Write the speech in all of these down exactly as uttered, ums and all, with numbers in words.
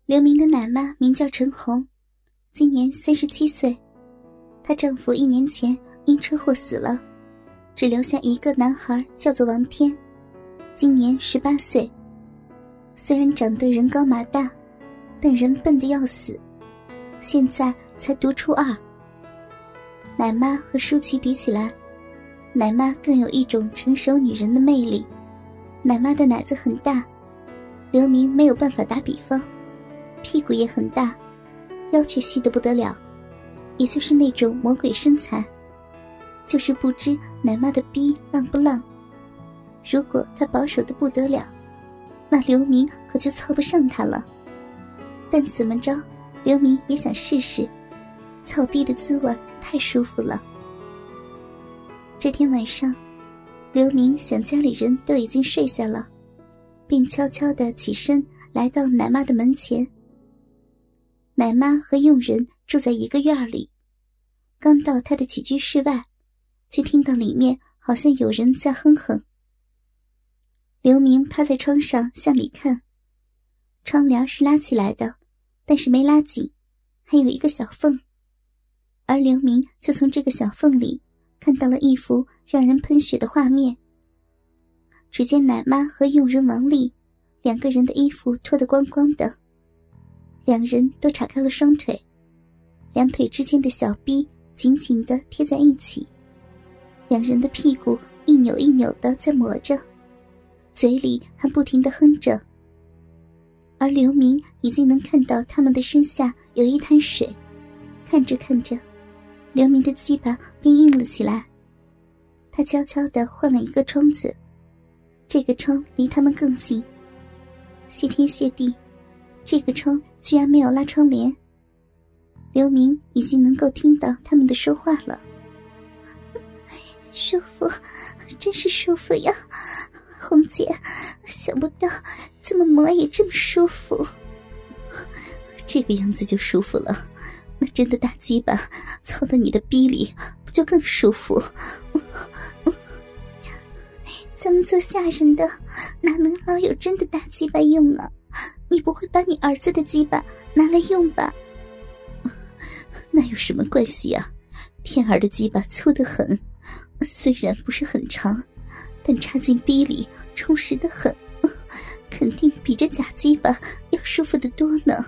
刘明的奶妈名叫陈红，今年三十七岁。她丈夫一年前因车祸死了，只留下一个男孩，叫做王天，今年十八岁。虽然长得人高马大，但人笨得要死，现在才读初二。奶妈和舒淇比起来，奶妈更有一种成熟女人的魅力。奶妈的奶子很大，刘明没有办法打比方，屁股也很大，腰却细得不得了，也就是那种魔鬼身材。就是不知奶妈的逼浪不浪，如果她保守得不得了，那刘明可就凑不上她了。但怎么着，刘明也想试试，操逼的滋味太舒服了。这天晚上，刘明想家里人都已经睡下了，便悄悄地起身来到奶妈的门前。奶妈和佣人住在一个院里，刚到她的起居室外，却听到里面好像有人在哼哼。刘明趴在窗上向里看，窗帘是拉起来的，但是没拉紧，还有一个小缝。而刘明就从这个小缝里看到了一幅让人喷血的画面。只见奶妈和佣人王丽两个人的衣服脱得光光的，两人都岔开了双腿，两腿之间的小臂紧紧地贴在一起，两人的屁股一扭一扭地在磨着，嘴里还不停地哼着。而刘明已经能看到他们的身下有一滩水，看着看着，刘明的鸡巴便硬了起来。他悄悄地换了一个窗子，这个窗离他们更近。谢天谢地，这个窗居然没有拉窗帘。刘明已经能够听到他们的说话了。舒服，真是舒服呀，红姐，想不到这么磨也这么舒服。 这个样子就舒服了，那真的大鸡巴操到你的逼里不就更舒服？ 咱们做下人的哪能老有真的大鸡巴用啊？你不会把你儿子的鸡巴拿来用吧？ 那有什么关系啊？天儿的鸡巴粗得很，虽然不是很长，但插进逼里充实得很，肯定比这假鸡巴要舒服得多呢。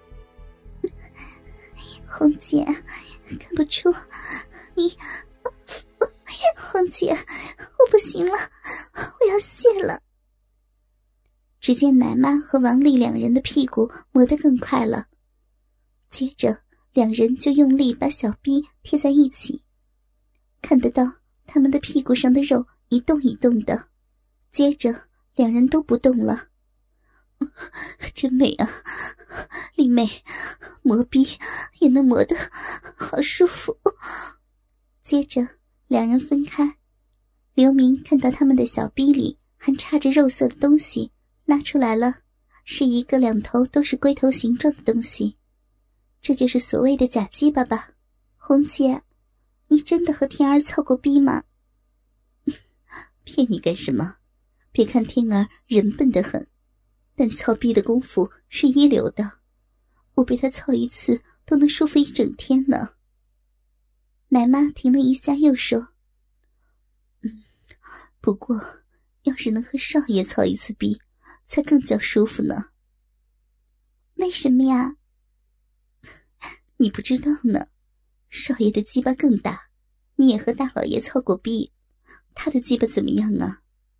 红姐，看不出你……红姐，我不行了，我要泄了。只见奶妈和王丽两人的屁股磨得更快了，接着两人就用力把小臂贴在一起，看得到他们的屁股上的肉一动一动的，接着两人都不动了。 真美啊，丽妹，磨逼也能磨得好舒服。 接着两人分开，刘明看到他们的小逼里还插着肉色的东西，拉出来了，是一个两头都是龟头形状的东西。这就是所谓的假鸡巴吧？红姐，你真的和天儿操过逼吗？ 骗你干什么？别看天儿人笨得很，但操逼的功夫是一流的，我被他操一次都能舒服一整天呢。 奶妈停了一下又说， 嗯，不过要是能和少爷操一次逼才更叫舒服呢。 为什么呀？ 你不知道呢，少爷的鸡巴更大，你也和大老爷操过逼，他的鸡巴怎么样啊？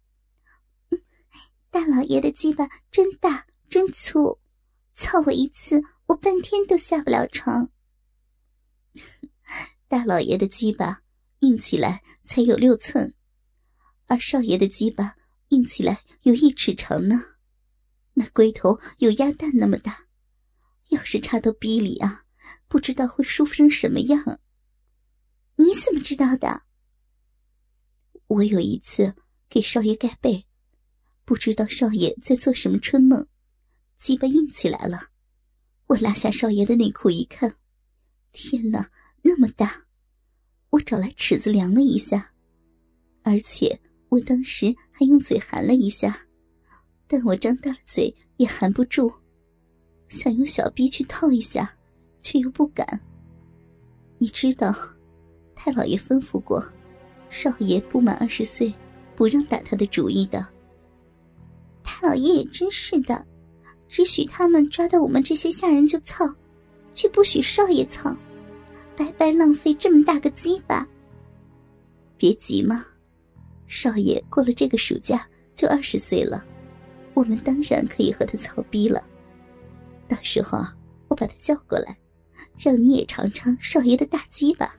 大老爷的鸡巴真大真粗，操我一次我半天都下不了床。 大老爷的鸡巴硬起来才有六寸，而少爷的鸡巴硬起来有一尺长呢，那龟头有鸭蛋那么大，要是插到逼里啊，不知道会舒服成什么样。 你怎么知道的？ 我有一次给少爷盖被，不知道少爷在做什么春梦，鸡巴硬起来了，我拉下少爷的内裤一看，天哪，那么大！我找来尺子量了一下，而且我当时还用嘴含了一下，但我张大了嘴也含不住， 想用小逼去套一下，却又不敢。你知道太老爷吩咐过，少爷不满二十岁不让打他的主意的。 太老爷也真是的，只许他们抓到我们这些下人就操，却不许少爷操，白白浪费这么大个鸡巴。 别急嘛，少爷过了这个暑假就二十岁了，我们当然可以和他操逼了。到时候我把他叫过来，让你也尝尝少爷的大鸡巴。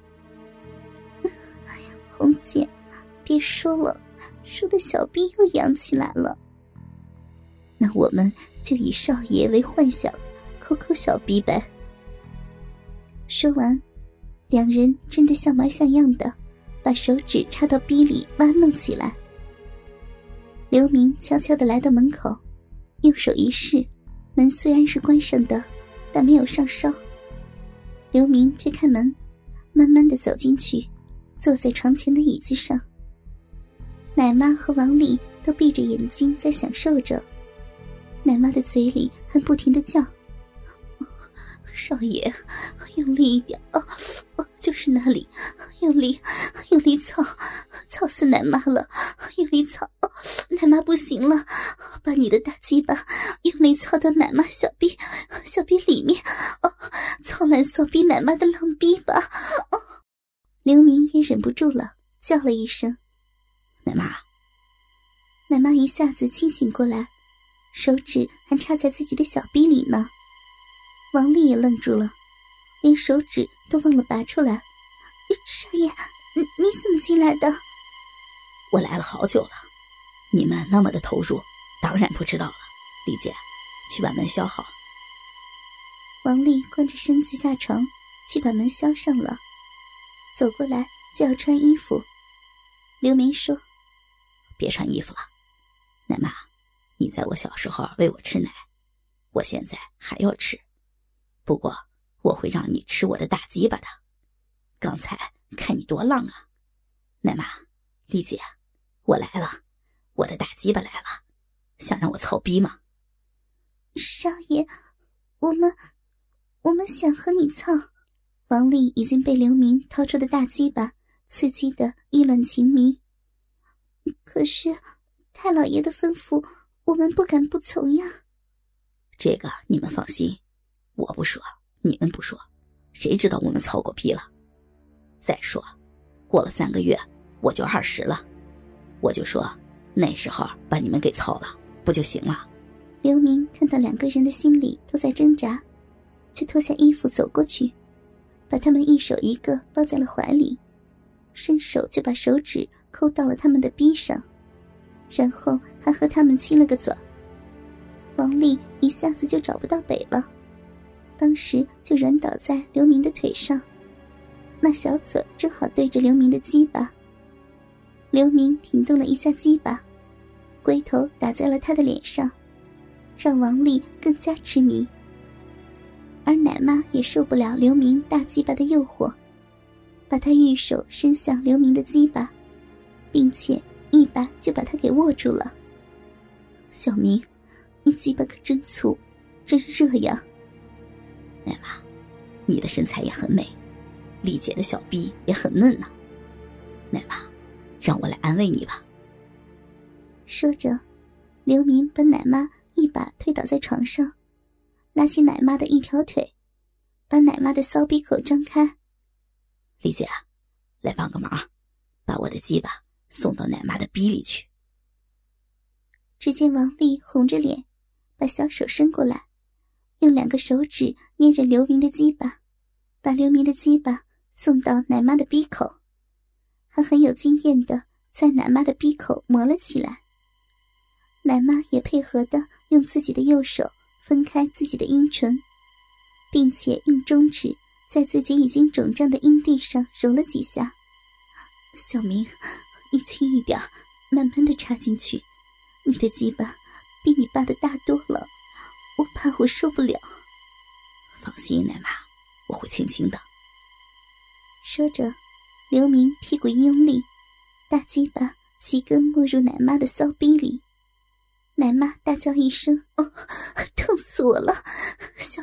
红姐，别说了，说的小逼又痒起来了。 那我们就以少爷为幻想，抠抠小逼呗。 说完，两人真的像模像样的把手指插到逼里挖弄起来。刘明悄悄地来到门口，用手一试，门虽然是关上的，但没有上烧。刘明推开门，慢慢地走进去，坐在床前的椅子上。奶妈和王丽都闭着眼睛在享受着，奶妈的嘴里还不停地叫： 少爷，用力一点啊！就是那里，用力，用力操，操死奶妈了！用力操，奶妈不行了！把你的大鸡巴用力操到奶妈小逼，小逼里面，哦，操烂骚逼奶妈的浪逼吧！哦， 刘明也忍不住了，叫了一声： 奶妈！ 奶妈一下子清醒过来，手指还插在自己的小逼里呢。王丽也愣住了，连手指都忘了拔出来。少爷，你你怎么进来的？ 我来了好久了，你们那么的投入，当然不知道了。丽姐，去把门销好。 王丽光着身子下床，去把门销上了，走过来就要穿衣服。刘明说： 别穿衣服了，奶妈，你在我小时候喂我吃奶，我现在还要吃。不过我会让你吃我的大鸡巴的。刚才看你多浪啊。奶妈，丽姐，我来了，我的大鸡巴来了，想让我操逼吗？ 少爷，我们我们想和你操。王丽已经被刘明掏出的大鸡巴刺激得意乱情迷，可是太老爷的吩咐我们不敢不从呀。 这个你们放心，我不说，你们不说，谁知道我们操过逼了？再说，过了三个月我就二十了，我就说那时候把你们给操了，不就行了？ 刘明看到两个人的心里都在挣扎，就脱下衣服走过去，把他们一手一个抱在了怀里，伸手就把手指抠到了他们的逼上，然后还和他们亲了个嘴。王丽一下子就找不到北了，当时就软倒在刘明的腿上，那小嘴正好对着刘明的鸡巴。刘明挺动了一下鸡巴，龟头打在了他的脸上，让王丽更加痴迷。而奶妈也受不了刘明大鸡巴的诱惑，把他玉手伸向刘明的鸡巴，并且一把就把他给握住了。 小明，你鸡巴可真粗，真热呀。奶妈，你的身材也很美，丽姐的小逼也很嫩呢。奶妈，让我来安慰你吧。 说着，刘明把奶妈一把推倒在床上，拉起奶妈的一条腿，把奶妈的骚逼口张开。 丽姐，来帮个忙，把我的鸡巴送到奶妈的逼里去。 只见王丽红着脸，把小手伸过来，用两个手指捏着刘明的鸡巴，把刘明的鸡巴送到奶妈的逼口，还很有经验的在奶妈的逼口磨了起来。奶妈也配合的用自己的右手分开自己的阴唇，并且用中指在自己已经肿胀的阴蒂上揉了几下。 小明，你轻一点，慢慢的插进去，你的鸡巴比你爸的大多了，我怕我受不了。放心，奶妈，我会轻轻的。 说着，刘明屁股一用力，大鸡巴齐根没入奶妈的骚逼里。奶妈大叫一声：“哦，痛死我了！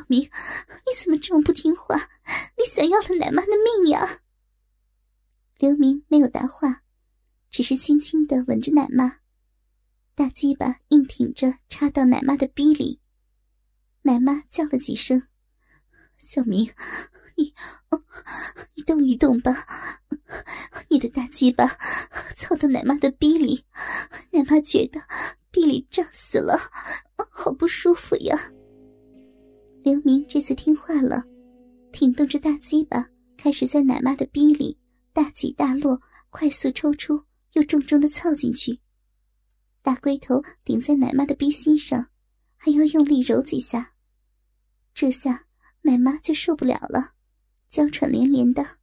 明，你怎么这么不听话？你想要了奶妈的命呀！刘明没有答话，只是轻轻地吻着奶妈，大鸡巴硬挺着插到奶妈的逼里。奶妈叫了几声：“小明，你，哦，你动一动吧，你的大鸡巴操到奶妈的逼里，奶妈觉得逼里胀死了，好不舒服呀。”刘明这次听话了，挺动着大鸡巴，开始在奶妈的逼里大起大落，快速抽出，又重重地操进去。大龟头顶在奶妈的逼心上，还要用力揉几下。这下奶妈就受不了了，娇喘连连的：“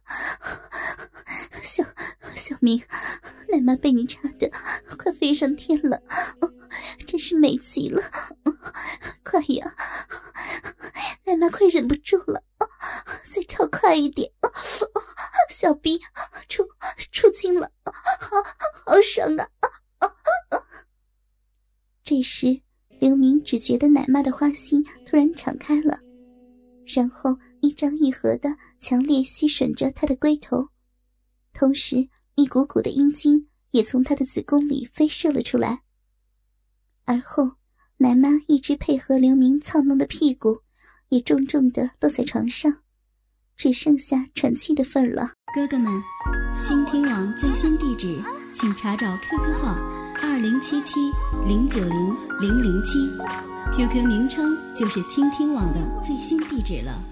小小明，奶妈被你插得快飞上天了，真是美极了！快呀，奶妈快忍不住了，再操快一点！小逼出出精了，好好爽啊！”这时刘明只觉得奶妈的花心突然敞开了，然后一张一合的强烈吸吮着她的龟头，同时一股股的阴茎也从她的子宫里飞射了出来。而后奶妈一直配合刘明操弄的屁股也重重地落在床上，只剩下喘气的份儿了。 哥哥们，倾听网最新地址请查找 Q Q 号二零七七零九零零零七 ，Q Q 名称就是倾听网的最新地址了。